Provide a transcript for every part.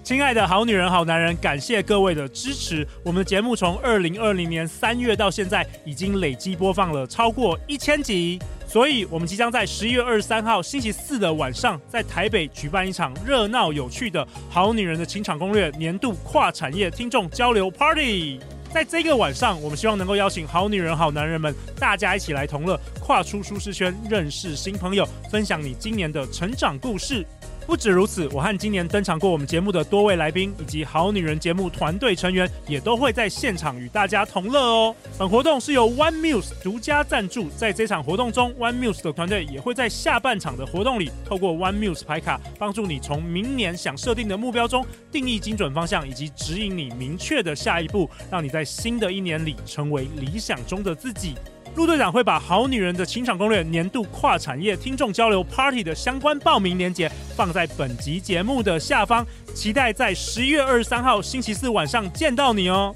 亲爱的好女人好男人，感谢各位的支持。我们的节目从2020年3月到现在已经累计播放了超过1000集，所以我们即将在11月23号星期四的晚上，在台北举办一场热闹有趣的好女人的情场攻略年度跨产业听众交流 Party。在这个晚上，我们希望能够邀请好女人好男人们，大家一起来同乐，跨出舒适圈，认识新朋友，分享你今年的成长故事。不止如此，我和今年登场过我们节目的多位来宾以及好女人节目团队成员也都会在现场与大家同乐哦。本活动是由 One Muse 独家赞助，在这场活动中 One Muse 的团队也会在下半场的活动里，透过 One Muse 牌卡帮助你从明年想设定的目标中定义精准方向，以及指引你明确的下一步，让你在新的一年里成为理想中的自己。陆队长会把好女人的情场攻略年度跨产业听众交流 Party 的相关报名链接放在本集节目的下方，期待在11月23号星期四晚上见到你哦。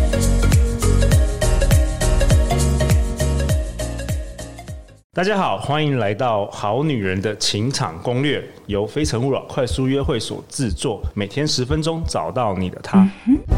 大家好，欢迎来到好女人的情场攻略，由非诚勿扰快速约会所制作，每天10分钟，找到你的他。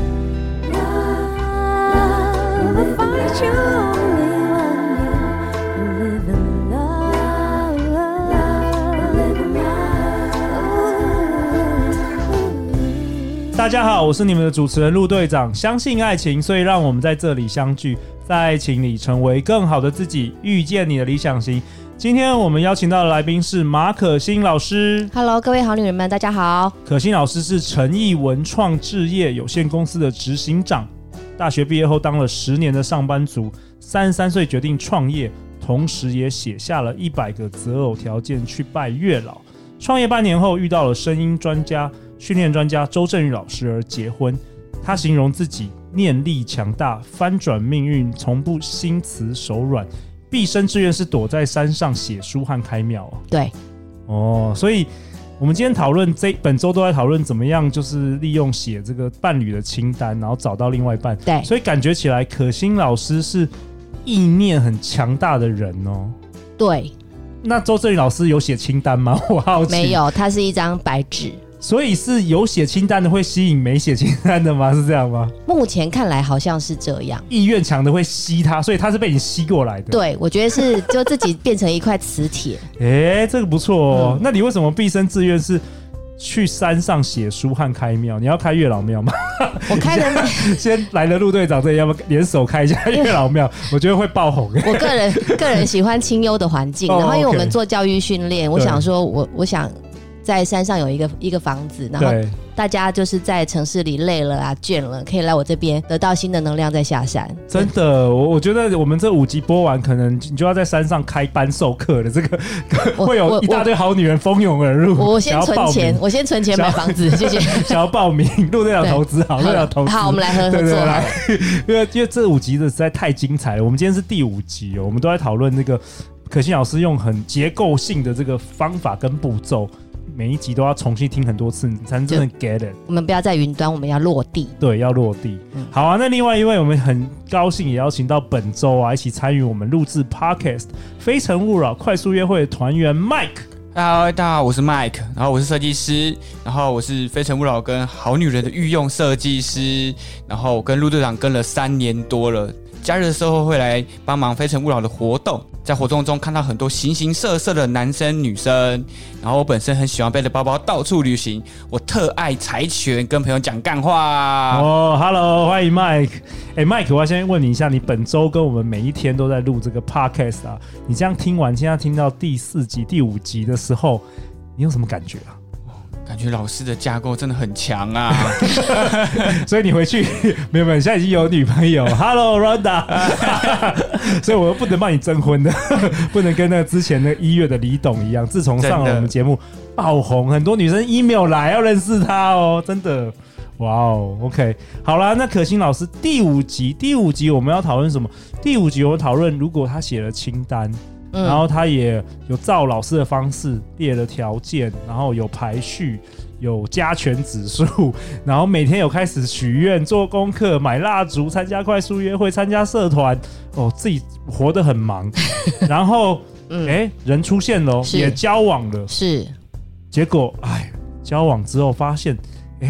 大家好，我是你们的主持人陆队长。相信爱情，所以让我们在这里相聚，在爱情里成为更好的自己，遇见你的理想型。今天我们邀请到的来宾是马可欣老师。 Hello， 各位好女人们，大家好。 可欣老师是诚毅文创置业有限公司的执行长，大学毕业后当了10年的上班族，33岁决定创业，同时也写下了100个择偶条件去拜月老。创业半年后遇到了声音专家、训练专家周振宇老师而结婚。他形容自己念力强大，翻转命运，从不心慈手软，毕生志愿是躲在山上写书和开庙。 对， 所以我们今天讨论本周都在讨论怎么样，就是利用写这个伴侣的清单，然后找到另外一半。 对， 所以感觉起来可欣老师是意念很强大的人哦。 对， 那周振宇老师有写清单吗？我好奇。 没有，它是一张白纸。 所以是有写清单的会吸引没写清单的吗？是这样吗？ 目前看来好像是这样。 意愿强的会吸他，所以他是被你吸过来的。 对，我觉得是就自己变成一块磁铁。 这个不错哦。那你为什么毕生志愿是去山上写书和开庙？你要开月老庙吗？ 我开了先来了陆队长这里，要不要联手开一下月老庙？我觉得会爆红。 我个人喜欢清幽的环境，然后因为我们做教育训练，我想说我想在山上有一个房子，然后大家就是在城市里累了啊、倦了，可以来我这边得到新的能量再下山。真的，我觉得我们这5集播完，可能你就要在山上开班授课的，这个会有一大堆好女人蜂拥而入。 我先存钱，买房子，谢谢。 想要报名，陆队长投资好，陆队长投资好，我们来合作。 因为这5集的实在太精彩了。我们今天是第5集哦，我们都在讨论这个可欣老师用很结构性的这个方法跟步骤。每一集都要重新听很多次，你才能真的 get it。 我们不要在云端，我们要落地。 对，要落地。好啊，那另外一位我们很高兴也邀请到本周一起参与我们录制 Podcast 非诚勿扰快速约会的团员 Mike。Hello， 大家好，我是 Mike， 然后我是设计师，然后我是非诚勿扰跟好女人的御用设计师，然后我跟陆队长跟了3年多了。假日的时候会来帮忙非诚勿扰的活动，在活动中看到很多形形色色的男生女生，然后我本身很喜欢背着包包到处旅行，我特爱柴犬跟朋友讲干话。 Hello， 欢迎 Mike。Mike， 我要先问你一下，你本周跟我们每一天都在录这个 podcast 啊，你这样听完，现在听到第4集、第5集的时候，你有什么感觉啊？ 感觉老师的架构真的很强啊。 所以你回去没有，你现在已经有女朋友。Hello Ronda。所以我又不能帮你征婚的，不能跟那个之前的1月的李董一样，自从上了我们节目爆红，很多女生 email 来要认识他哦，真的。哇哦 ，OK， 好啦，那可欣老师第5集我们要讨论什么？第5集我们讨论如果他写了清单。然后他也有照老师的方式列了条件，然后有排序，有加权指数，然后每天有开始许愿、做功课、买蜡烛、参加快速约会、参加社团，自己活得很忙。然后，人出现了，也交往了， 是。 结果，交往之后发现，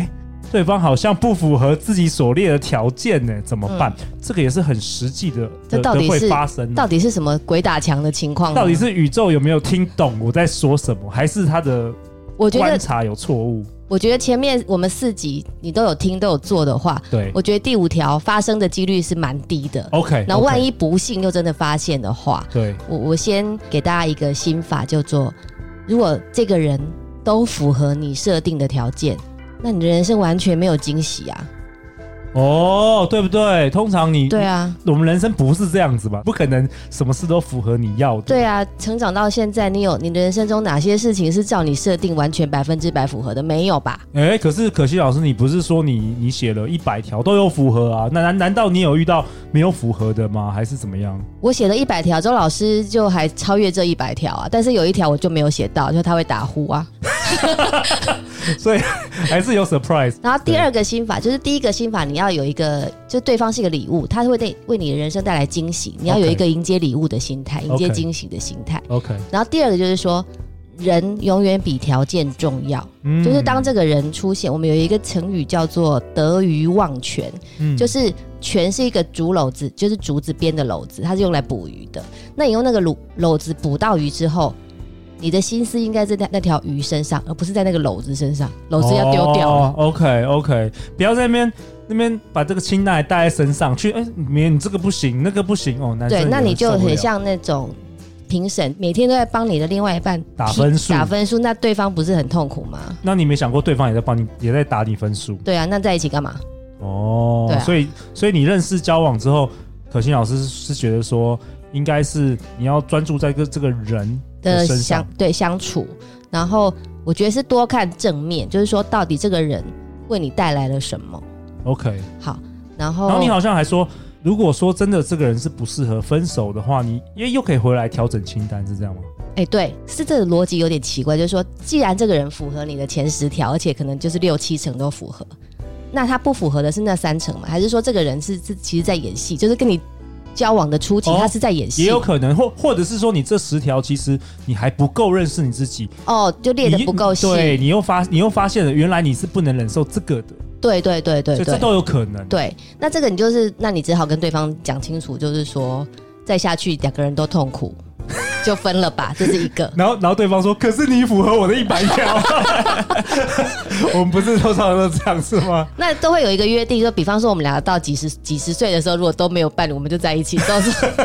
对方好像不符合自己所列的条件呢，怎么办？这个也是很实际的， 这到底是会发生。 到底是什么鬼打墙的情况？ 到底是宇宙有没有听懂我在说什么，还是他的观察有错误？ 我觉得前面我们4集你都有听都有做的话， 对， 我觉得第5条发生的几率是蛮低的。 OK， 然后万一不幸又真的发现的话， 对， 我先给大家一个心法，叫做如果这个人都符合你设定的条件，那你的人生完全没有惊喜啊。 哦，对不对？通常对啊， 我们人生不是这样子吧？不可能什么事都符合你要的。 对啊，成长到现在，你的人生中哪些事情是照你设定完全100%符合的？没有吧？ 可是可惜老师，你不是说你写了100条都有符合啊？难道你有遇到没有符合的吗？还是怎么样？ 我写了100条，周老师就还超越这100条啊，但是有一条我就没有写到，就他会打呼啊。 所以还是有 surprise。 然后第2个心法就是第1个心法，你要有一个，就对方是一个礼物，他会为你的人生带来惊喜，你要有一个迎接礼物的心态，迎接惊喜的心态。 OK。 然后第2个就是说，人永远比条件重要。就是当这个人出现，我们有一个成语叫做得鱼忘筌，就是筌是一个竹篓子，就是竹子编的篓子，它是用来捕鱼的。那你用那个篓子捕到鱼之后，你的心思应该在那条鱼身上，而不是在那个篓子身上。篓子要丢掉了。 OK， 不要在那边把这个青睐带在身上去。你这个不行，那个不行哦。 对，那你就很像那种评审，每天都在帮你的另外一半打分数， 那对方不是很痛苦吗？ 那你没想过对方也在打你分数？ 对啊，那在一起干嘛？ 对啊，所以你认识交往之后，可心老师是觉得说，应该是你要专注在这个人的身上， 相处。然后我觉得是多看正面，就是说到底这个人为你带来了什么。 OK， 好，然后你好像还说，如果说真的这个人是不适合分手的话，你又可以回来调整清单，是这样吗？ 对，是这个逻辑有点奇怪，就是说，既然这个人符合你的前10条，而且可能就是6-7成都符合，那他不符合的是那3成吗？还是说这个人是其实在演戏，就是跟你交往的初期他是在演戏？ 也有可能，或者是说你这10条其实你还不够认识你自己， 就列得不够细。 对，你又发现了，原来你是不能忍受这个的。 对，所以这都有可能。 对，那这个那你只好跟对方讲清楚，就是说再下去2个人都痛苦，就分了吧，这是一个。 然后对方说：“可是你符合我的100条。”我们不是通常都这样是吗？ 那都会有一个约定，就比方说我们2个到几十岁的时候，如果都没有伴侣，我们就在一起。到时候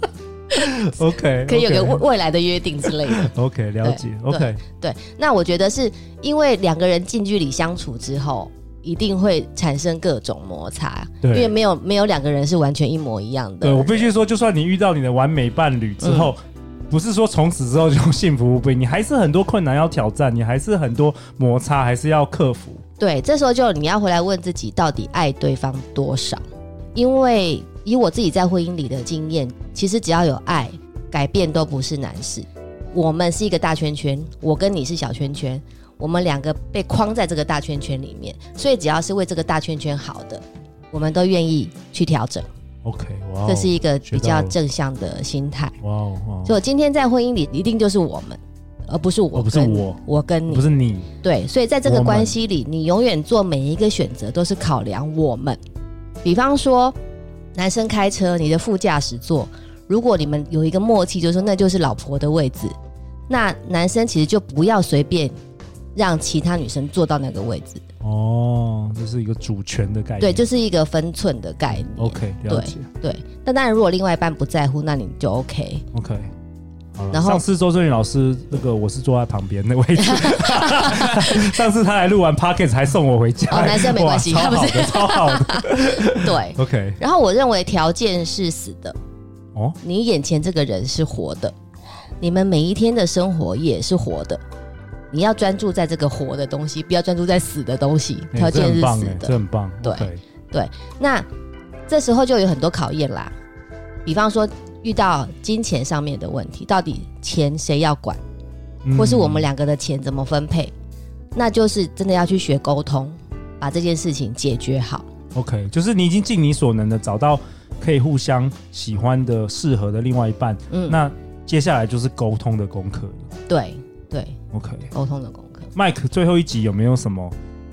OK， 可以有个未来的约定之类的。 OK， 了解。OK， 对。那我觉得是因为2个人近距离相处之后，一定会产生各种摩擦，因为没有2个人是完全一模一样的。 对，我必须说，就算你遇到你的完美伴侣之后，不是说从此之后就幸福无比，你还是很多困难要挑战，你还是很多摩擦还是要克服。 对，这时候就你要回来问自己，到底爱对方多少？因为以我自己在婚姻里的经验，其实只要有爱，改变都不是难事。我们是一个大圈圈，我跟你是小圈圈，我们2个被框在这个大圈圈里面，所以只要是为这个大圈圈好的，我们都愿意去调整。 OK， 哇， 这是一个比较正向的心态。 哇， 所以今天在婚姻里一定就是我们，而不是我跟你， 不是你。 对，所以在这个关系里，你永远做每一个选择都是考量我们。比方说，男生开车，你的副驾驶座，如果你们有一个默契，就是说那就是老婆的位置，那男生其实就不要随便让其他女生坐到那个位置。 这是一个主权的概念。 对，就是一个分寸的概念。 OK， 了解。 对，但当然，如果另外一半不在乎，那你就 OK。 然后上次周正宇老师我是坐在旁边的位置，上次他来录完 Podcast 还送我回家。 男生没关系，他不是超好的。 对 ，OK。 然后我认为条件是死的，你眼前这个人是活的，你们每一天的生活也是活的。你要专注在这个活的东西，不要专注在死的东西。条件是死的， 这很棒。 对。那这时候就有很多考验啦，比方说遇到金钱上面的问题，到底钱谁要管，或是我们2个的钱怎么分配，那就是真的要去学沟通，把这件事情解决好。 OK， 就是你已经尽你所能的找到可以互相喜欢的、适合的另外一半。那接下来就是沟通的功课了。 对。 OK， 沟通的功课。 Mike 最后一集有没有什么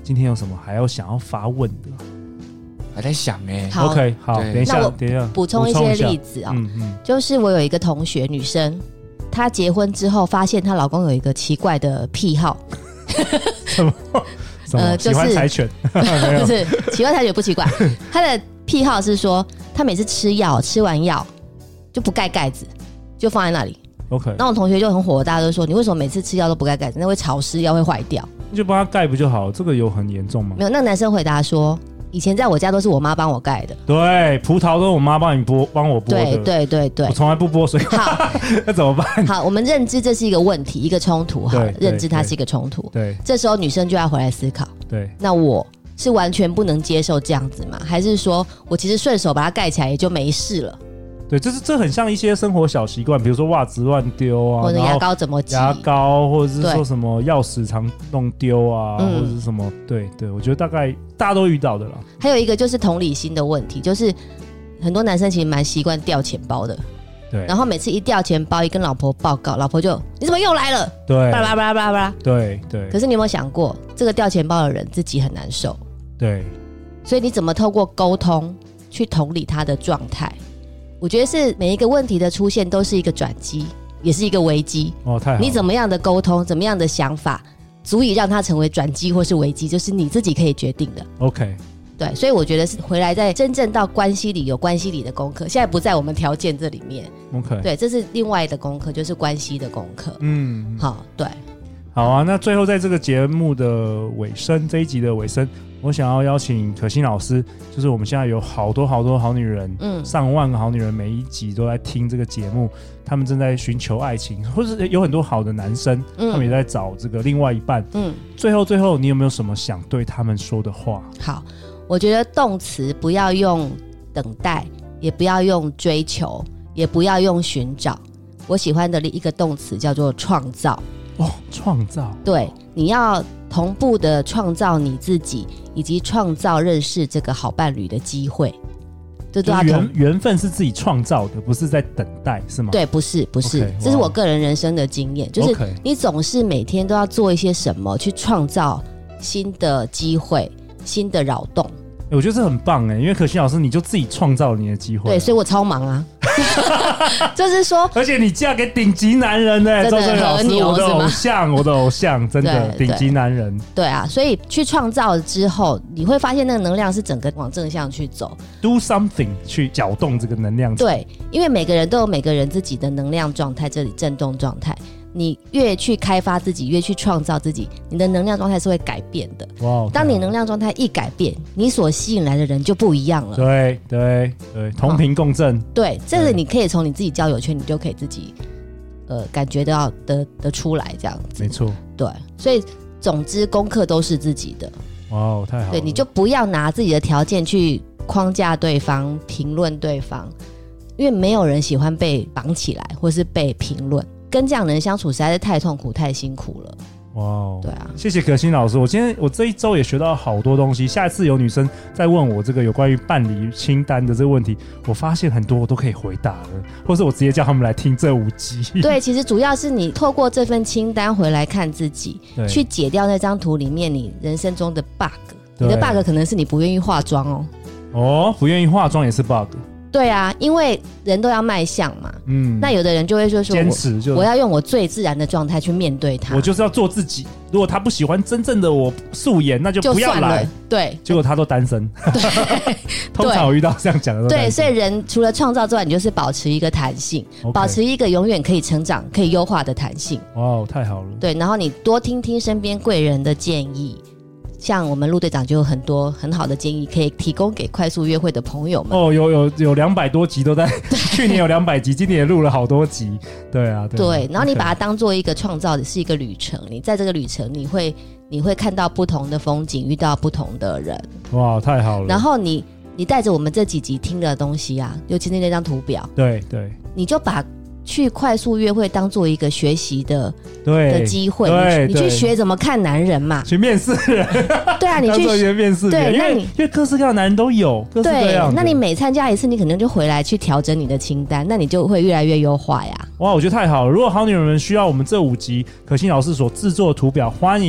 今天有什么还要想要发问的？ 还在想 OK， 好，等一下， 补充一些例子啊。就是我有一个同学，女生，她结婚之后发现她老公有一个奇怪的癖好。 什么？喜欢柴犬？ 不是，喜欢柴犬不奇怪。她的癖好是说，她每次吃药，吃完药就不盖盖子，就放在那里。 OK， 那我同学就很火大，就说你为什么每次吃药都不盖盖子？那会潮湿，药会坏掉。 那就帮他盖不就好？这个有很严重吗？ 没有。那个男生回答说，以前在我家都是我妈帮我盖的。 对，葡萄都是我妈帮我剥的。对，我从来不剥水。 好， 那怎么办？ 好，我们认知这是一个问题，一个冲突。好，认知它是一个冲突。 对， 这时候女生就要回来思考。 对， 那我是完全不能接受这样子吗？还是说我其实顺手把它盖起来也就没事了？ 对，这很像一些生活小习惯，比如说袜子乱丢啊， 或者牙膏怎么挤， 牙膏，或者是说什么钥匙常弄丢啊，或者是什么，对，我觉得大概大家都遇到的啦。 还有一个就是同理心的问题，就是很多男生其实蛮习惯掉钱包的，对，然后每次一掉钱包，一跟老婆报告，老婆就你怎么又来了？ 对， 巴拉巴拉巴拉巴拉， 对。 可是你有没有想过，这个掉钱包的人自己很难受，对，所以你怎么透过沟通去同理他的状态？我觉得是每一个问题的出现都是一个转机，也是一个危机。太好了！你怎么样的沟通，怎么样的想法，足以让它成为转机或是危机，就是你自己可以决定的。OK， 对，所以我觉得是回来在真正到关系里有关系里的功课，现在不在我们条件这里面。OK， 对，这是另外的功课，就是关系的功课。好，对。 好啊，那最后在这个节目的尾声，这一集的尾声，我想要邀请可心老师，就是我们现在有好多好女人，上万个好女人，每一集都在听这个节目，他们正在寻求爱情，或者是有很多好的男生，他们也在找这个另外一半。最后，你有没有什么想对他们说的话？好，我觉得动词不要用等待，也不要用追求，也不要用寻找。我喜欢的一个动词叫做创造。创造，对，你要同步的创造你自己，以及创造认识这个好伴侣的机会。这都要缘分是自己创造的，不是在等待，是吗？对，不是，这是我个人人生的经验，就是你总是每天都要做一些什么，去创造新的机会、新的扰动。我觉得这很棒因为可心老师你就自己创造了你的机会。对，所以我超忙啊。就是说，而且你嫁给顶级男人周正老师，我的偶像，真的顶级男人。对啊，所以去创造之后，你会发现那个能量是整个往正向去走 ，do something 去搅动这个能量。对，因为每个人都有每个人自己的能量状态，这里震动状态。你越去开发自己，越去创造自己，你的能量状态是会改变的。哇！当你能量状态一改变，你所吸引来的人就不一样了。对，同频共振。对，这个你可以从你自己交友圈，你就可以自己感觉到得出来这样子。没错。对，所以总之功课都是自己的。哇，太好了。对，你就不要拿自己的条件去框架对方、评论对方，因为没有人喜欢被绑起来或是被评论。跟这样的人相处实在是太痛苦太辛苦了。哇，对啊，谢谢可心老师，我这一周也学到好多东西。下一次有女生再问我这个有关于伴侣清单的这个问题，我发现很多我都可以回答了，或是我直接叫他们来听这5集。对，其实主要是你透过这份清单回来看自己，去解掉那张图里面你人生中的 bug。你的 bug 可能是你不愿意化妆不愿意化妆也是 bug。对啊，因为人都要卖相嘛。那有的人就会说坚持，我要用我最自然的状态去面对他，我就是要做自己。如果他不喜欢真正的我素颜，那就不要来。对，结果他都单身。通常我遇到这样讲的。对，所以人除了创造之外，你就是保持一个弹性，保持一个永远可以成长、可以优化的弹性。哇，太好了。对，然后你多听听身边贵人的建议。像我们陆队长就有很多很好的建议可以提供给快速约会的朋友们。有200多集都在，去年有200集，今年也录了好多集。对啊，对，然后你把它当做一个创造的是一个旅程，你在这个旅程你会看到不同的风景，遇到不同的人。哇，太好了。然后你带着我们这几集听的东西啊，尤其是那张图表，对，你就把去快速约会当做一个学习的机会，你去学怎么看男人嘛，去面试人。对啊，你去学面试人，因为各式各样的男人都有，各式各样的。那你每参加一次，你可能就回来去调整你的清单，那你就会越来越优化呀。哇，我觉得太好了！如果好女人们需要我们这5集可心老师所制作的图表，欢迎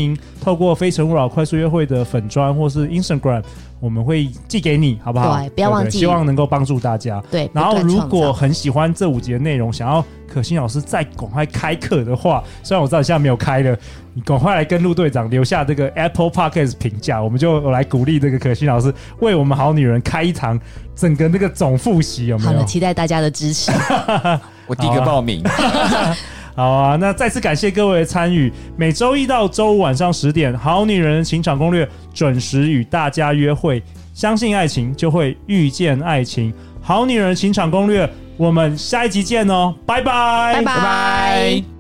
透过非诚勿扰快速约会的粉专或是 Instagram， 我们会寄给你，好不好？ 对，不要忘记， 希望能够帮助大家。 对， 然后如果很喜欢这5集的内容，想要可心老师再赶快开课的话，虽然我知道你现在没有开了，你赶快来跟陆队长留下这个 Apple Podcast 评价，我们就来鼓励这个可心老师为我们好女人开一堂整个那个总复习，有没有？ 好了，期待大家的支持。 我第一个报名。 好啊，那再次感谢各位的参与。每周一到周五晚上10点，《好女人情场攻略》准时与大家约会。相信爱情，就会遇见爱情。好女人情场攻略，我们下一集见哦，拜拜， 拜拜。